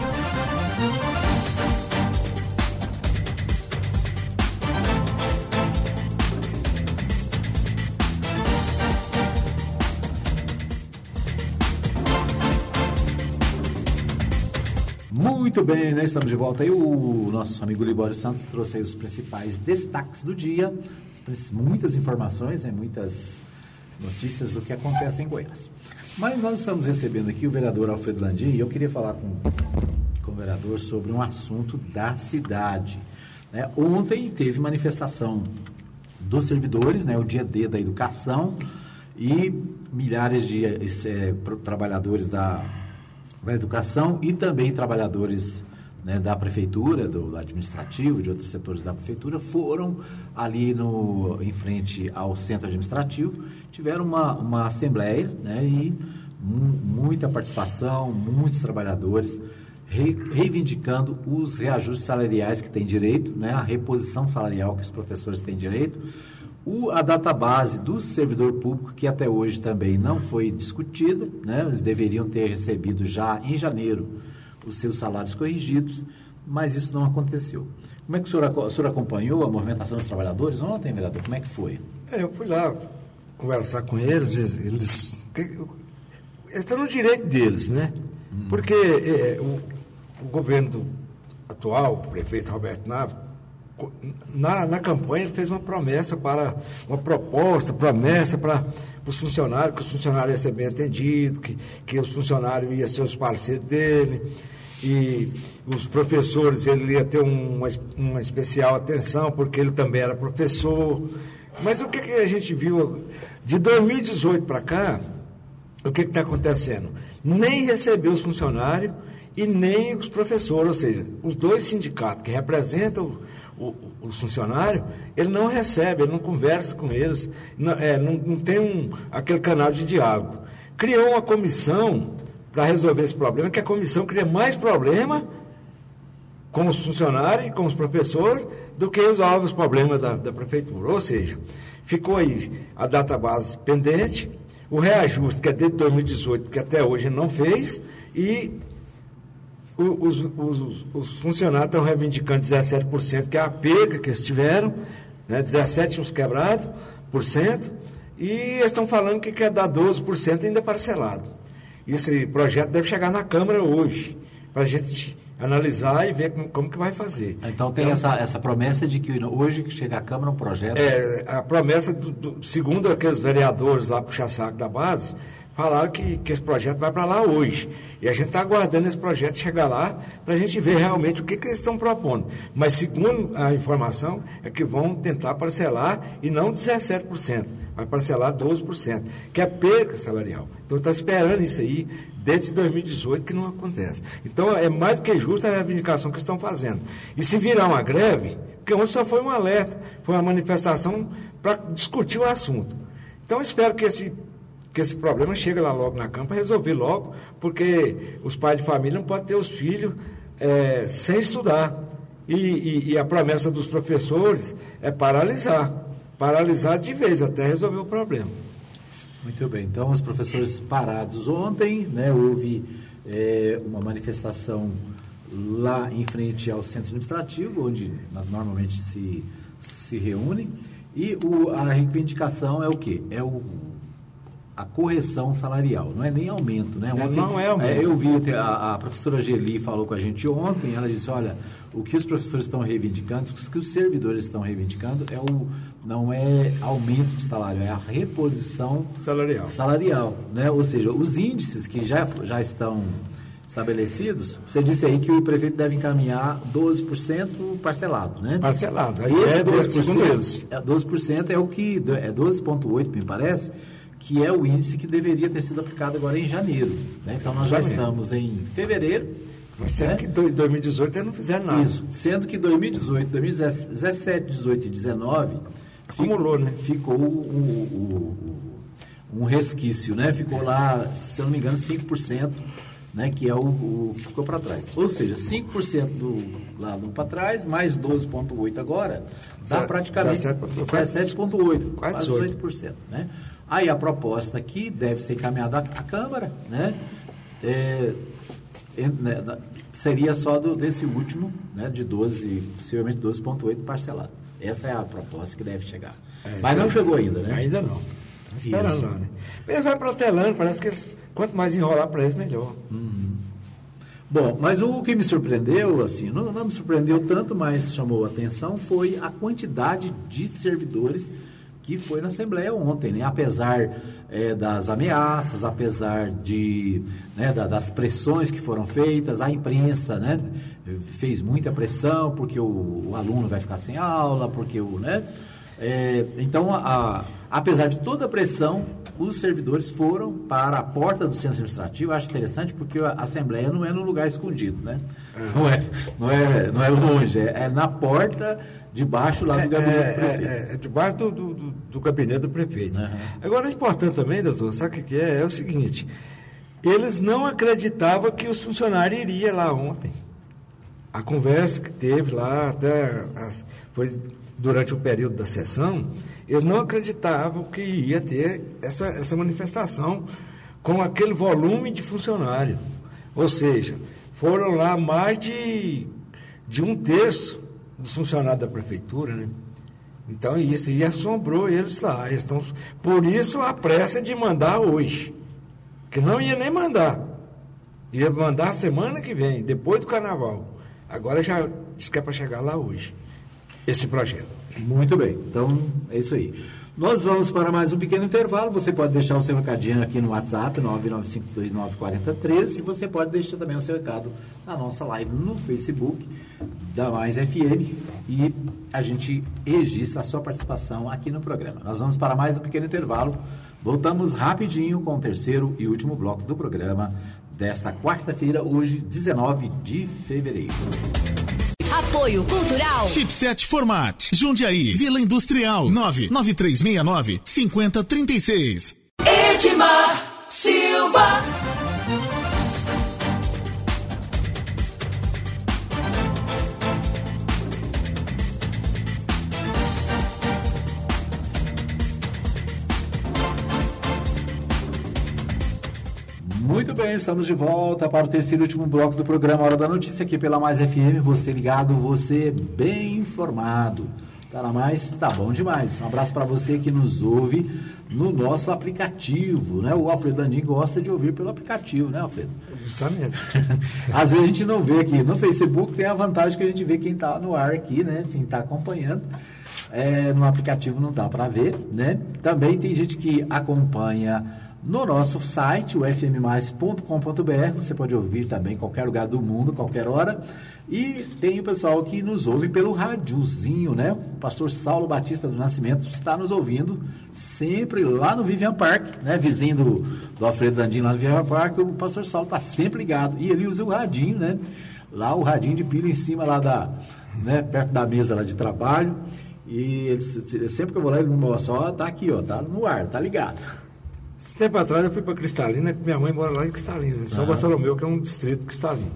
Muito bem, né? Estamos de volta aí. O nosso amigo Libório Santos trouxe aí os principais destaques do dia, muitas informações, né? Muitas notícias do que acontece em Goiás. Mas nós estamos recebendo aqui o vereador Alfredo Landim e eu queria falar com o vereador sobre um assunto da cidade. Né? Ontem teve manifestação dos servidores, né? O dia D da educação, e milhares de trabalhadores da educação e também trabalhadores, né, da prefeitura, do administrativo, de outros setores da prefeitura, foram ali em frente ao centro administrativo, tiveram uma assembleia, né, e muita participação, muitos trabalhadores reivindicando os reajustes salariais que têm direito, né, a reposição salarial que os professores têm direito, A database do servidor público, que até hoje também não foi discutido, né? Eles deveriam ter recebido já em janeiro os seus salários corrigidos, mas isso não aconteceu. Como é que o senhor acompanhou a movimentação dos trabalhadores ontem, vereador? Como é que foi? Eu fui lá conversar com eles, eles estão no direito deles, né? Porque o governo atual, o prefeito Roberto Naves, na campanha ele fez uma proposta para os funcionários, que os funcionários iam ser bem atendidos, que os funcionários iam ser os parceiros dele, e os professores ele ia ter uma especial atenção, porque ele também era professor. Mas o que a gente viu de 2018 para cá, o que está acontecendo? Nem recebeu os funcionários e nem os professores, ou seja, os dois sindicatos que representam os funcionários, ele não recebe, ele não conversa com eles, não tem aquele canal de diálogo. Criou uma comissão para resolver esse problema, que a comissão cria mais problema com os funcionários e com os professores do que resolve os problemas da prefeitura. Ou seja, ficou aí a database pendente, o reajuste, que é desde 2018, que até hoje não fez, e os funcionários estão reivindicando 17%, que é a perca que eles tiveram, né, 17% uns quebrados, e eles estão falando que quer dar 12% ainda parcelado. Esse projeto deve chegar na Câmara hoje, para a gente analisar e ver como que vai fazer. Então tem essa promessa de que hoje que chega à Câmara um projeto... A promessa, segundo aqueles vereadores lá puxa-saco da base, falaram que esse projeto vai para lá hoje. E a gente está aguardando esse projeto chegar lá para a gente ver realmente o que eles estão propondo. Mas, segundo a informação, é que vão tentar parcelar e não 17%, vai parcelar 12%, que é perca salarial. Então, está esperando isso aí desde 2018, que não acontece. Então, é mais do que justa a reivindicação que estão fazendo. E se virar uma greve, porque ontem só foi um alerta, foi uma manifestação para discutir o assunto. Então, espero que esse problema chegue lá logo na Câmara, resolver logo, porque os pais de família não podem ter os filhos sem estudar. E a promessa dos professores é paralisar de vez, até resolver o problema. Muito bem, então os professores parados ontem, né, houve uma manifestação lá em frente ao centro administrativo, onde normalmente se reúnem, e a reivindicação é o quê? A correção salarial, não é nem aumento, né? Ontem, não é aumento. Eu vi, a professora Geli falou com a gente ontem, ela disse, olha, o que os professores estão reivindicando, o que os servidores estão reivindicando não é aumento de salário, é a reposição salarial, né? Ou seja, os índices que já estão estabelecidos, você disse aí que o prefeito deve encaminhar 12% parcelado, né? Parcelado, aí esse 12% é o que, é 12,8% me parece, que é o índice que deveria ter sido aplicado agora em janeiro, né? Então nós já estamos em fevereiro. Mas sendo que em 2018 eles não fizeram nada. Isso, sendo que 2018, 2017, 18 e 19 acumulou, né? Ficou um resquício, né? Ficou lá, se eu não me engano, 5%, né? Que é o que ficou para trás. Ou seja, 5% do lado para trás, mais 12,8% agora, dá praticamente 17,8%, quase 18%, né? Aí a proposta aqui deve ser encaminhada à Câmara, né? Seria só desse último, né? De 12, possivelmente 12,8% parcelado. Essa é a proposta que deve chegar. Mas não chegou ainda, né? Ainda não. Estão esperando lá, né? Eles vão protelando, parece que quanto mais enrolar para eles, melhor. Bom, mas o que me surpreendeu, assim, não me surpreendeu tanto, mas chamou a atenção, foi a quantidade de servidores que foi na Assembleia ontem, né? Apesar das ameaças, apesar das pressões que foram feitas, a imprensa, né, fez muita pressão porque o aluno vai ficar sem aula, porque então, apesar de toda a pressão, os servidores foram para a porta do centro administrativo. Eu acho interessante porque a Assembleia não é num lugar escondido, né? Não é longe, é na porta, debaixo lá do gabinete do prefeito. Debaixo do gabinete do prefeito. Uhum. Agora, o importante também, doutor, sabe o que é? É o seguinte, eles não acreditavam que os funcionários iriam lá ontem. A conversa que teve lá, foi durante o período da sessão, eles não acreditavam que ia ter essa manifestação com aquele volume de funcionário. Ou seja, foram lá mais de 1/3 dos funcionários da prefeitura, né? Então isso assombrou eles lá. Por isso a pressa de mandar hoje. Que não ia nem mandar. Ia mandar semana que vem, depois do carnaval. Agora já diz que é para chegar lá hoje, esse projeto. Muito bem, então é isso aí. Nós vamos para mais um pequeno intervalo. Você pode deixar o seu recadinho aqui no WhatsApp, 995294013, e você pode deixar também o seu recado na nossa live no Facebook da Mais FM, e a gente registra a sua participação aqui no programa. Nós vamos para mais um pequeno intervalo. Voltamos rapidinho com o terceiro e último bloco do programa desta quarta-feira, hoje, 19 de fevereiro. Apoio Cultural. Chipset Format. Jundiaí. Vila Industrial. 99369-5036. Edmar Silva. Muito bem, estamos de volta para o terceiro e último bloco do programa Hora da Notícia, aqui pela Mais FM. Você ligado, você bem informado. Tá na Mais? Tá bom demais. Um abraço para você que nos ouve no nosso aplicativo, né? O Alfredo Landim gosta de ouvir pelo aplicativo, né, Alfredo? Justamente. Às vezes a gente não vê aqui. No Facebook tem a vantagem que a gente vê quem tá no ar aqui, né? Quem tá acompanhando. No aplicativo não dá para ver, né? Também tem gente que acompanha no nosso site, o fmmais.com.br. Você pode ouvir também em qualquer lugar do mundo, qualquer hora. E tem o pessoal que nos ouve pelo radiozinho, né? O pastor Saulo Batista do Nascimento está nos ouvindo sempre lá no Vivian Park, né? Vizinho do Alfredo Landim lá no Vivian Park. O pastor Saulo está sempre ligado. E ele usa o radinho, né? Lá o radinho de pilha em cima lá né? Perto da mesa lá de trabalho. E ele, sempre que eu vou lá, ele me mostra, ó, tá aqui, ó, tá no ar, tá ligado. Esse tempo atrás eu fui para Cristalina, que minha mãe mora lá em Cristalina, em São Bartolomeu, que é um distrito cristalino.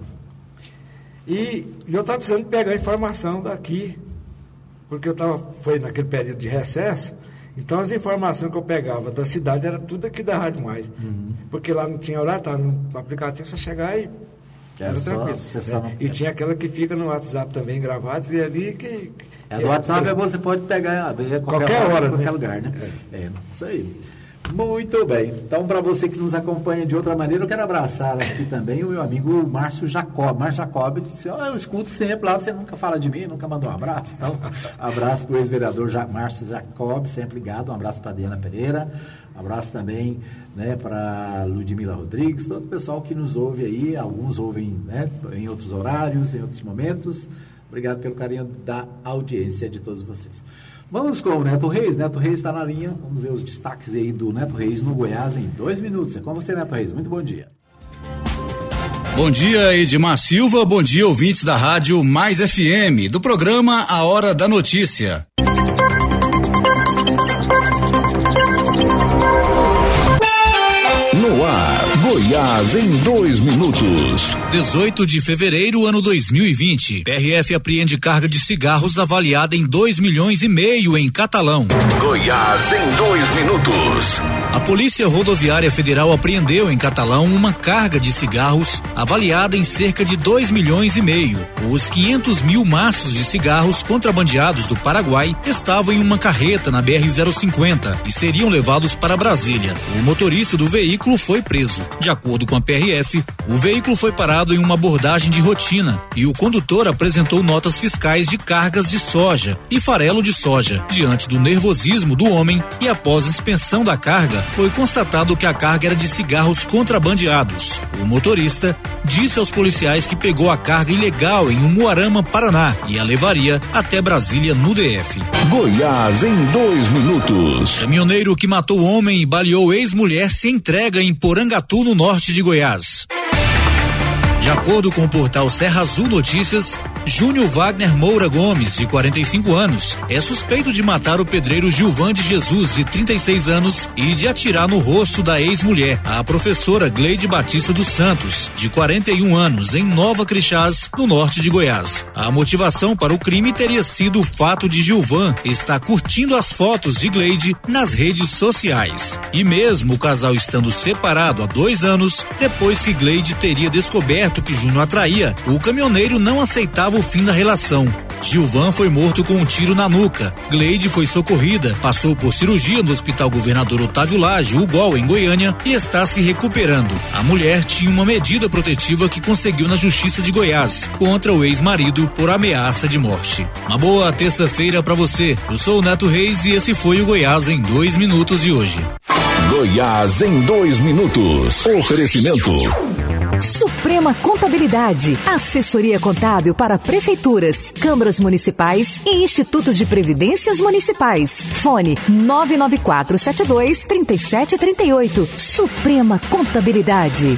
E eu estava precisando pegar informação daqui, porque foi naquele período de recesso, então as informações que eu pegava da cidade era tudo aqui da Rádio Mais. Porque lá não tinha horário, tá no aplicativo, você chegar e era tranquilo. E tinha aquela que fica no WhatsApp também gravada, e ali que... do WhatsApp você pode pegar qualquer hora, qualquer lugar, né? Isso aí. Muito bem. Então, para você que nos acompanha de outra maneira, eu quero abraçar aqui também o meu amigo Márcio Jacob. Márcio Jacob disse, eu escuto sempre lá, você nunca fala de mim, nunca mandou um abraço. Então, abraço para o ex-vereador Márcio Jacob, sempre ligado. Um abraço para a Diana Pereira. Um abraço também, né, para Ludmila Rodrigues, todo o pessoal que nos ouve aí. Alguns ouvem, né, em outros horários, em outros momentos. Obrigado pelo carinho da audiência de todos vocês. Vamos com o Neto Reis. Neto Reis está na linha. Vamos ver os destaques aí do Neto Reis no Goiás em 2 minutos. É com você, Neto Reis. Muito bom dia. Bom dia, Edmar Silva. Bom dia, ouvintes da Rádio Mais FM, do programa A Hora da Notícia. No ar, Goiás em 2 minutos. 18 de fevereiro, ano 2020. PRF apreende carga de cigarros avaliada em 2,5 milhões em Catalão. Goiás em 2 minutos. A Polícia Rodoviária Federal apreendeu em Catalão uma carga de cigarros avaliada em cerca de 2,5 milhões. Os 500 mil maços de cigarros contrabandeados do Paraguai estavam em uma carreta na BR-050 e seriam levados para Brasília. O motorista do veículo foi preso. De acordo com a PRF, o veículo foi parado em uma abordagem de rotina e o condutor apresentou notas fiscais de cargas de soja e farelo de soja. Diante do nervosismo do homem e após inspeção da carga, foi constatado que a carga era de cigarros contrabandeados. O motorista disse aos policiais que pegou a carga ilegal em Umuarama, Paraná, e a levaria até Brasília, no DF. Goiás em 2 minutos. Caminhoneiro que matou homem e baleou ex-mulher se entrega em Porangatu, no norte de Goiás. De acordo com o portal Serra Azul Notícias, Júnior Wagner Moura Gomes, de 45 anos, é suspeito de matar o pedreiro Gilvan de Jesus, de 36 anos, e de atirar no rosto da ex-mulher, a professora Gleide Batista dos Santos, de 41 anos, em Nova Crixás, no norte de Goiás. A motivação para o crime teria sido o fato de Gilvan estar curtindo as fotos de Gleide nas redes sociais. E mesmo o casal estando separado há 2 anos, depois que Gleide teria descoberto que Júnior a traía, o caminhoneiro não aceitava o fim da relação. Gilvan foi morto com um tiro na nuca. Gleide foi socorrida, passou por cirurgia no Hospital Governador Otávio Lage, UGOL, em Goiânia, e está se recuperando. A mulher tinha uma medida protetiva que conseguiu na Justiça de Goiás contra o ex-marido por ameaça de morte. Uma boa terça-feira para você. Eu sou o Neto Reis e esse foi o Goiás em 2 minutos de hoje. Goiás em 2 minutos. Oferecimento Suprema Contabilidade, assessoria contábil para prefeituras, câmaras municipais e institutos de previdências municipais. Fone 99472-3738. Suprema Contabilidade.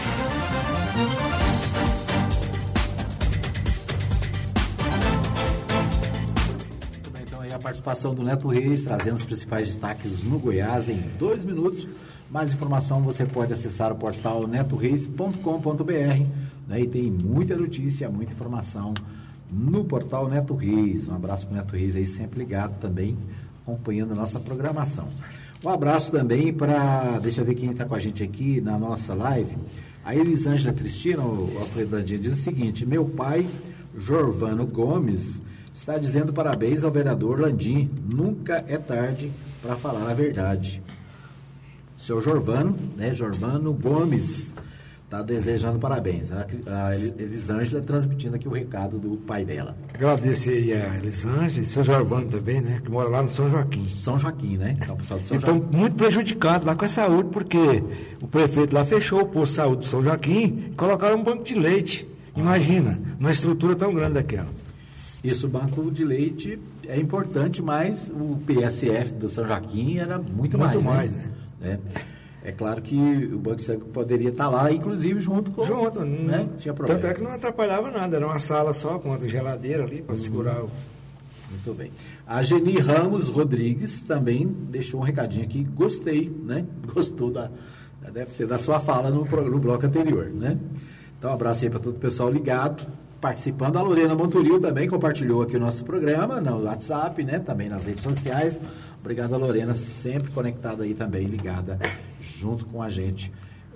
Então aí a participação do Neto Reis, trazendo os principais destaques no Goiás em 2 minutos. Mais informação você pode acessar o portal netoreis.com.br, né? E tem muita notícia, muita informação no portal Neto Reis. Um abraço para o Neto Reis aí, sempre ligado também, acompanhando a nossa programação. Um abraço também para, deixa eu ver quem está com a gente aqui na nossa live. A Elisângela Cristina, o Alfredo Landinha, diz o seguinte: meu pai, Jorvano Gomes, está dizendo parabéns ao vereador Landim. Nunca é tarde para falar a verdade. Seu Jorvano, né? Jorvano Gomes está desejando parabéns. A Elisângela transmitindo aqui o recado do pai dela. Agradeço aí a Elisângela e seu Jorvano também, né? Que mora lá no São Joaquim. São Joaquim, né? Então, pessoal de São Joaquim. Então, muito prejudicado lá com a saúde, porque o prefeito lá fechou o posto de saúde do São Joaquim e colocaram um banco de leite. Imagina, numa estrutura tão grande daquela. Isso, o banco de leite é importante, mas o PSF do São Joaquim era muito mais, né? É claro que o Banco de Sangue poderia estar lá, inclusive junto com... né? Tinha problema. Tanto é que não atrapalhava nada, era uma sala só com uma geladeira ali para segurar o... Muito bem. A Geni Ramos Rodrigues também deixou um recadinho aqui, gostei, né? Gostou deve ser da sua fala no bloco anterior, né? Então, um abraço aí para todo o pessoal ligado, participando. A Lorena Monturil também compartilhou aqui o nosso programa no WhatsApp, né? Também nas redes sociais. Obrigado a Lorena, sempre conectada aí também, ligada junto com a gente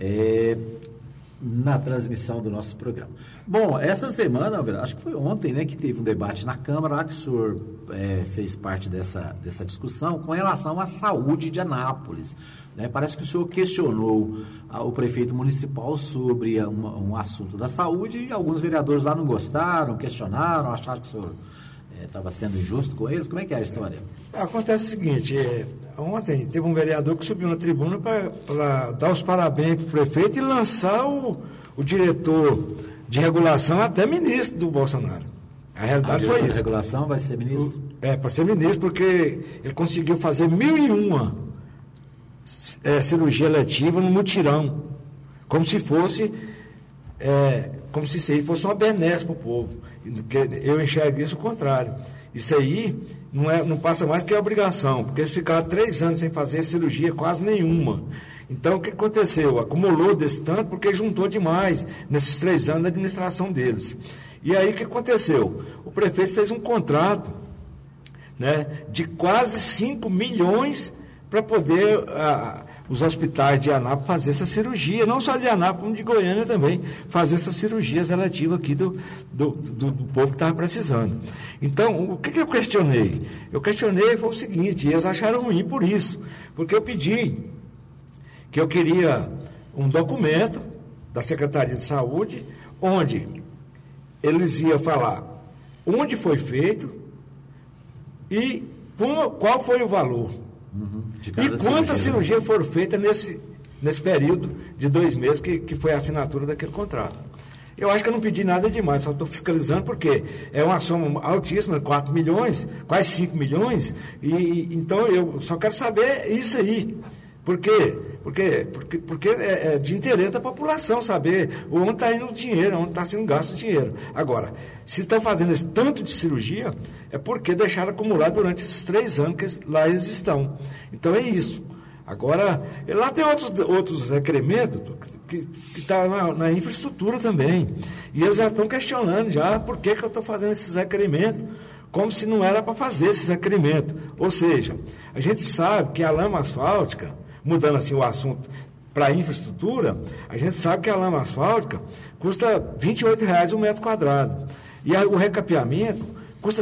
na transmissão do nosso programa. Bom, essa semana, acho que foi ontem, né, que teve um debate na Câmara, lá que o senhor fez parte dessa discussão com relação à saúde de Anápolis. Né? Parece que o senhor questionou o prefeito municipal sobre um assunto da saúde e alguns vereadores lá não gostaram, questionaram, acharam que o senhor estava sendo injusto com eles. Como é que é a história? Acontece o seguinte, ontem teve um vereador que subiu na tribuna para dar os parabéns para o prefeito e lançar o diretor de regulação até ministro do Bolsonaro. A realidade foi isso. De regulação vai ser ministro? Para ser ministro, porque ele conseguiu fazer 1.001 cirurgia letiva no mutirão, como se fosse isso aí fosse uma benesse para o povo. Eu enxergo isso o contrário. Isso aí não passa mais que a obrigação, porque eles ficaram 3 anos sem fazer cirurgia quase nenhuma. Então, o que aconteceu? Acumulou desse tanto porque juntou demais nesses 3 anos da administração deles. E aí, o que aconteceu? O prefeito fez um contrato, né, de quase 5 milhões para poder os hospitais de Anápolis fazer essa cirurgia, não só de Anápolis, como de Goiânia também, fazer essas cirurgias relativas aqui do povo que estava precisando. Então, o que eu questionei? Eu questionei foi o seguinte, eles acharam ruim por isso, porque eu pedi que eu queria um documento da Secretaria de Saúde, onde eles iam falar onde foi feito e qual foi o valor. E quantas cirurgias foram feitas nesse período de 2 meses que foi a assinatura daquele contrato. Eu acho que eu não pedi nada demais, só estou fiscalizando, porque é uma soma altíssima, 4 milhões, quase 5 milhões, e então eu só quero saber isso aí, Por quê? Porque é de interesse da população saber onde está indo o dinheiro, onde está sendo gasto o dinheiro. Agora, se estão fazendo esse tanto de cirurgia, é porque deixaram acumular durante esses 3 anos que lá eles estão. Então é isso. Agora, lá tem outros requerimentos que estão na infraestrutura também. E eles já estão questionando por que eu estou fazendo esses requerimentos, como se não era para fazer esses requerimentos. Ou seja, a gente sabe que a lama asfáltica, mudando assim o assunto para a infraestrutura, a gente sabe que a lama asfáltica custa R$ 28,00 um metro quadrado. E o recapeamento custa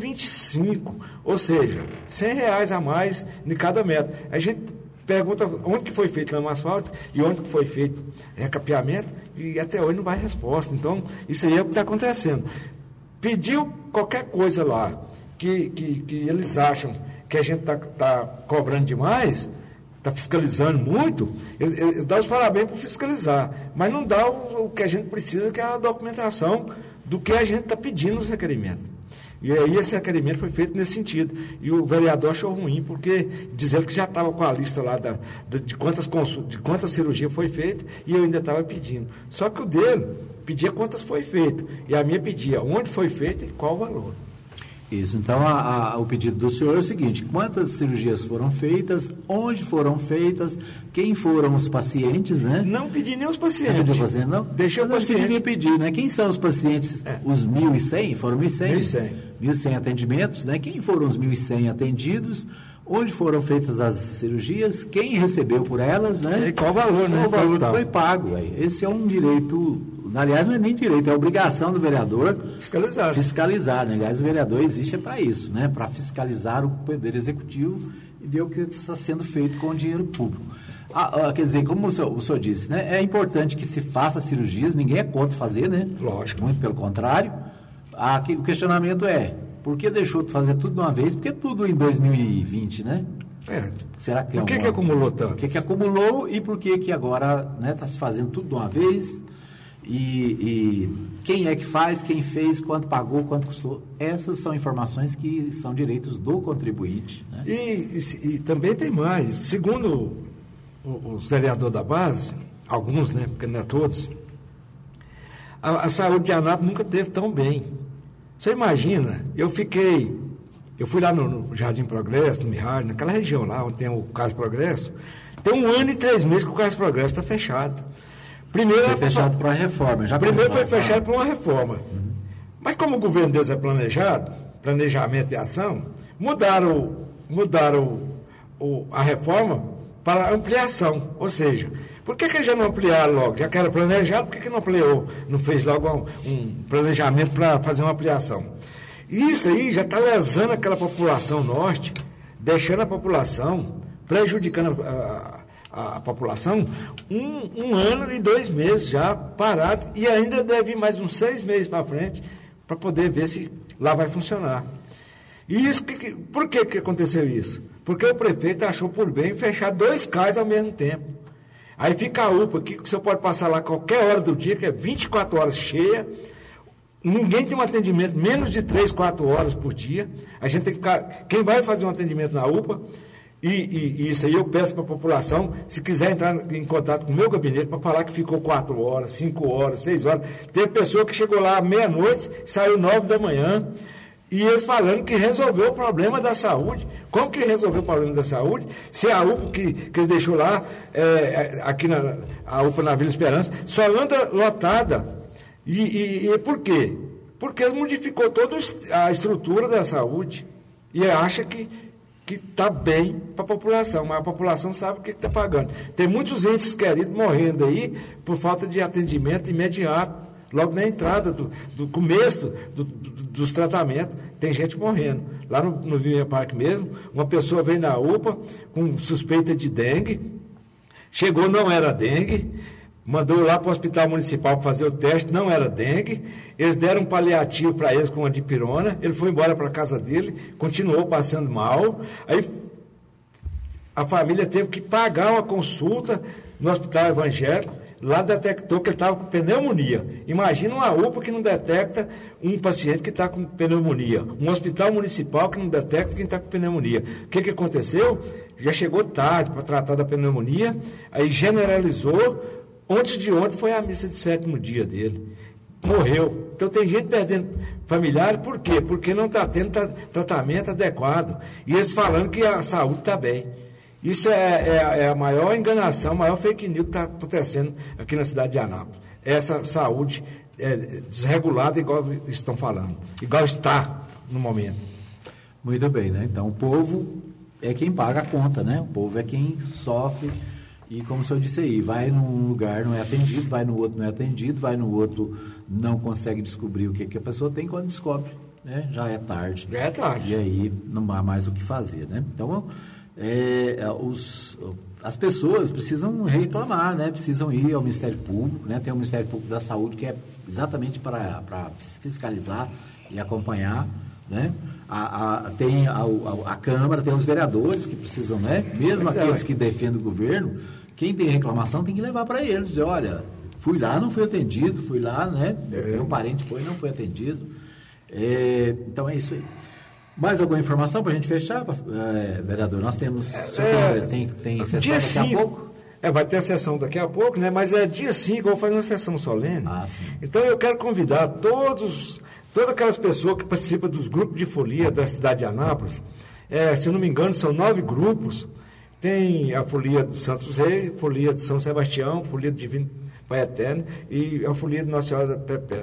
125, ou seja, R$ 100 a mais em cada metro. A gente pergunta onde que foi feito lama asfáltica e onde que foi feito recapeamento, e até hoje não vai resposta. Então, isso aí é o que está acontecendo. Pediu qualquer coisa lá que eles acham que a gente está cobrando demais, está fiscalizando muito, eles dão os parabéns por fiscalizar, mas não dá o que a gente precisa, que é a documentação do que a gente está pedindo nos requerimentos. E aí esse requerimento foi feito nesse sentido. E o vereador achou ruim, porque dizendo que já estava com a lista lá de quantas cirurgias foi feita, e eu ainda estava pedindo. Só que o dele pedia quantas foi feita, e a minha pedia onde foi feita e qual o valor. Isso, então o pedido do senhor é o seguinte: quantas cirurgias foram feitas, onde foram feitas, quem foram os pacientes, né? Não pedi nem os pacientes. Não pediu paciente, não? Deixei o paciente. Devia pedir, né? Quem são os pacientes? Os 1.100? Foram 1.100? 1.100 atendimentos, né? Quem foram os 1.100 atendidos? Onde foram feitas as cirurgias? Quem recebeu por elas, né? E qual o valor, né? Qual o valor que foi pago, aí. Esse é um direito, aliás, não é nem direito, é obrigação do vereador fiscalizar, né? Aliás, o vereador existe para isso, né? Para fiscalizar o Poder Executivo e ver o que está sendo feito com o dinheiro público. Quer dizer, como o senhor disse, né? É importante que se faça cirurgias, ninguém é contra fazer, né? Lógico. Muito pelo contrário. O questionamento é: por que deixou de fazer tudo de uma vez? Porque tudo em 2020, né? Será que por que acumulou tanto? Por que acumulou e por que agora está se fazendo tudo de uma vez? E quem é que faz, quem fez, quanto pagou, quanto custou? Essas são informações que são direitos do contribuinte. Né? E também tem mais. Segundo os vereadores da base, alguns, né? Porque não é todos, a saúde de Anápolis nunca teve tão bem. Você imagina, eu fui lá no Jardim Progresso, no Mirage, naquela região lá onde tem o Carlos Progresso, tem 1 ano e 3 meses que o Carlos Progresso está fechado. Primeiro foi fechado para uma reforma. Primeiro foi fechado para uma reforma. Mas como o governo deles é planejamento e ação, mudaram a reforma para ampliação. Ou seja, por que já não ampliaram logo? Já que era planejado, por que não ampliou? Não fez logo um planejamento para fazer uma ampliação? E isso aí já está lesando aquela população norte, deixando a população, prejudicando a população, 1 ano e 2 meses já parado, e ainda deve ir mais uns 6 meses para frente para poder ver se lá vai funcionar. E isso, por que aconteceu isso? Porque o prefeito achou por bem fechar 2 CAIs ao mesmo tempo. Aí fica a UPA, que o senhor pode passar lá qualquer hora do dia, que é 24 horas cheia. Ninguém tem um atendimento menos de 3, 4 horas por dia. A gente tem que ficar. Quem vai fazer um atendimento na UPA, e isso aí eu peço para a população, se quiser entrar em contato com o meu gabinete para falar que ficou 4 horas, 5 horas, 6 horas. Tem pessoa que chegou lá à meia-noite, saiu 9 da manhã. E eles falando que resolveu o problema da saúde. Como que resolveu o problema da saúde? Se a UPA que deixou lá, aqui a UPA na Vila Esperança, só anda lotada. E por quê? Porque eles modificou toda a estrutura da saúde e acha que está bem para a população, mas a população sabe o que está pagando. Tem muitos entes queridos morrendo aí por falta de atendimento imediato. Logo na entrada do começo dos tratamentos, tem gente morrendo. Lá no Viver Parque mesmo, uma pessoa veio na UPA com suspeita de dengue, chegou, não era dengue, mandou lá para o hospital municipal para fazer o teste, não era dengue, eles deram um paliativo para eles com a dipirona, ele foi embora para a casa dele, continuou passando mal, aí a família teve que pagar uma consulta no hospital evangélico. lá detectou que ele estava com pneumonia. Imagina uma UPA que não detecta um paciente que está com pneumonia. Um hospital municipal que não detecta quem está com pneumonia. O que aconteceu? Já chegou tarde para tratar da pneumonia, aí generalizou. Antes de ontem foi a missa de 7º dia dele. Morreu. Então tem gente perdendo familiares, por quê? Porque não está tendo tratamento adequado. E eles falando que a saúde está bem. Isso é a maior enganação, a maior fake news que está acontecendo aqui na cidade de Anápolis. Essa saúde desregulada, igual estão falando, igual está no momento. Muito bem, né? Então o povo é quem paga a conta, né? O povo é quem sofre. E como o senhor disse aí, vai num lugar, não é atendido, vai no outro, não é atendido, vai no outro, não consegue descobrir o que a pessoa tem, quando descobre, né? Já é tarde. Já é tarde. E aí não há mais o que fazer, né? Então, as pessoas precisam reclamar, né? Precisam ir ao Ministério Público, né? Tem o Ministério Público da Saúde, que é exatamente para fiscalizar e acompanhar, né? Tem a Câmara, tem os vereadores que precisam, né? Mesmo aqueles que defendem o governo, quem tem reclamação tem que levar para eles, dizer, olha, fui lá, não fui atendido, fui lá, né? Meu parente foi, não foi atendido. Então é isso aí. Mais alguma informação para a gente fechar, vereador? Nós temos... tem sessão dia daqui 5, a pouco? Vai ter a sessão daqui a pouco, né? Mas dia 5 eu vou fazer uma sessão solene. Sim. Então eu quero convidar todas aquelas pessoas que participam dos grupos de folia da cidade de Anápolis. Se eu não me engano, são 9 grupos. Tem a folia do Santos Reis, folia de São Sebastião, folia do Divino Pai Eterno e a folia de Nossa Senhora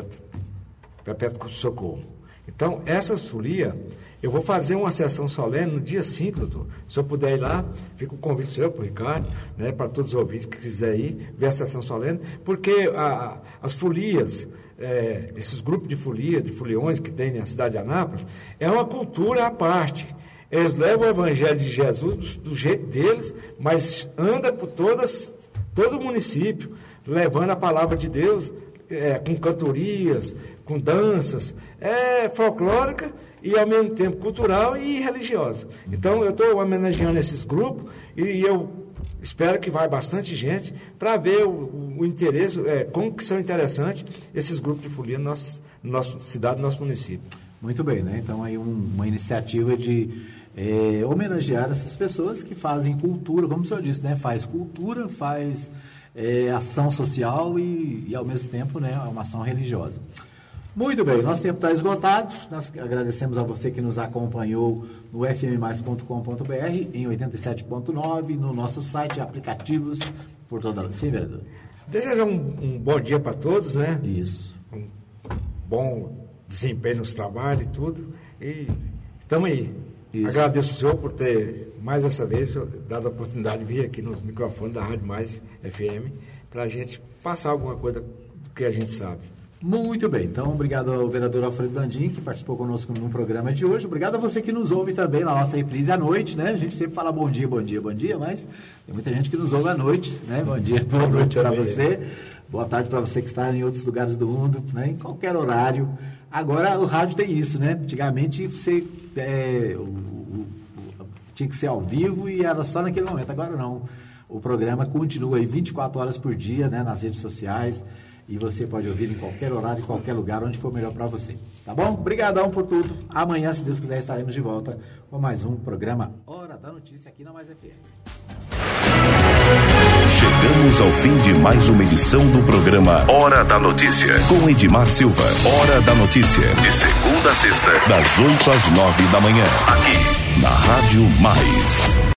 Perpétua Socorro. Então, essas folias, eu vou fazer uma sessão solene no dia 5, doutor. Se eu puder ir lá, fica o convite seu para o Ricardo, né, para todos os ouvintes que quiserem ir, ver a sessão solene, porque as folias, esses grupos de folia, de foliões que tem na cidade de Anápolis, é uma cultura à parte. Eles levam o Evangelho de Jesus do jeito deles, mas anda por todo o município, levando a palavra de Deus, com cantorias, com danças, folclórica e ao mesmo tempo cultural e religiosa. Então eu estou homenageando esses grupos e eu espero que vá bastante gente para ver o interesse, como que são interessantes esses grupos de folia na nossa cidade, no nosso município. Muito bem, né? Então aí uma iniciativa de homenagear essas pessoas que fazem cultura, como o senhor disse, né? Faz cultura, faz ação social e ao mesmo tempo, né, uma ação religiosa. Muito bem, nosso tempo está esgotado. Nós agradecemos a você que nos acompanhou no fmmais.com.br, em 87.9, no nosso site, aplicativos por toda a... Sim, vereador? Desejar um bom dia para todos, né? Isso. Um bom desempenho nos trabalhos e tudo. E estamos aí. Isso. Agradeço o senhor por ter, mais essa vez, dado a oportunidade de vir aqui nos microfones da Rádio Mais FM para a gente passar alguma coisa do que a gente sabe. Muito bem, então obrigado ao vereador Alfredo Landim, que participou conosco no programa de hoje. Obrigado a você que nos ouve também na nossa reprise à noite, né? A gente sempre fala bom dia, bom dia, bom dia, mas tem muita gente que nos ouve à noite, né? Bom dia, boa noite para você. Boa tarde para você que está em outros lugares do mundo, né? Em qualquer horário. Agora o rádio tem isso, né? Antigamente você tinha que ser ao vivo e era só naquele momento. Agora não. O programa continua aí 24 horas por dia, né? Nas redes sociais. E você pode ouvir em qualquer horário, em qualquer lugar, onde for melhor para você. Tá bom? Obrigadão por tudo. Amanhã, se Deus quiser, estaremos de volta com mais um programa Hora da Notícia aqui na Mais FM. Chegamos ao fim de mais uma edição do programa Hora da Notícia, com Edmar Silva. Hora da Notícia, de segunda a sexta, das 8 às 9 da manhã, aqui na Rádio Mais.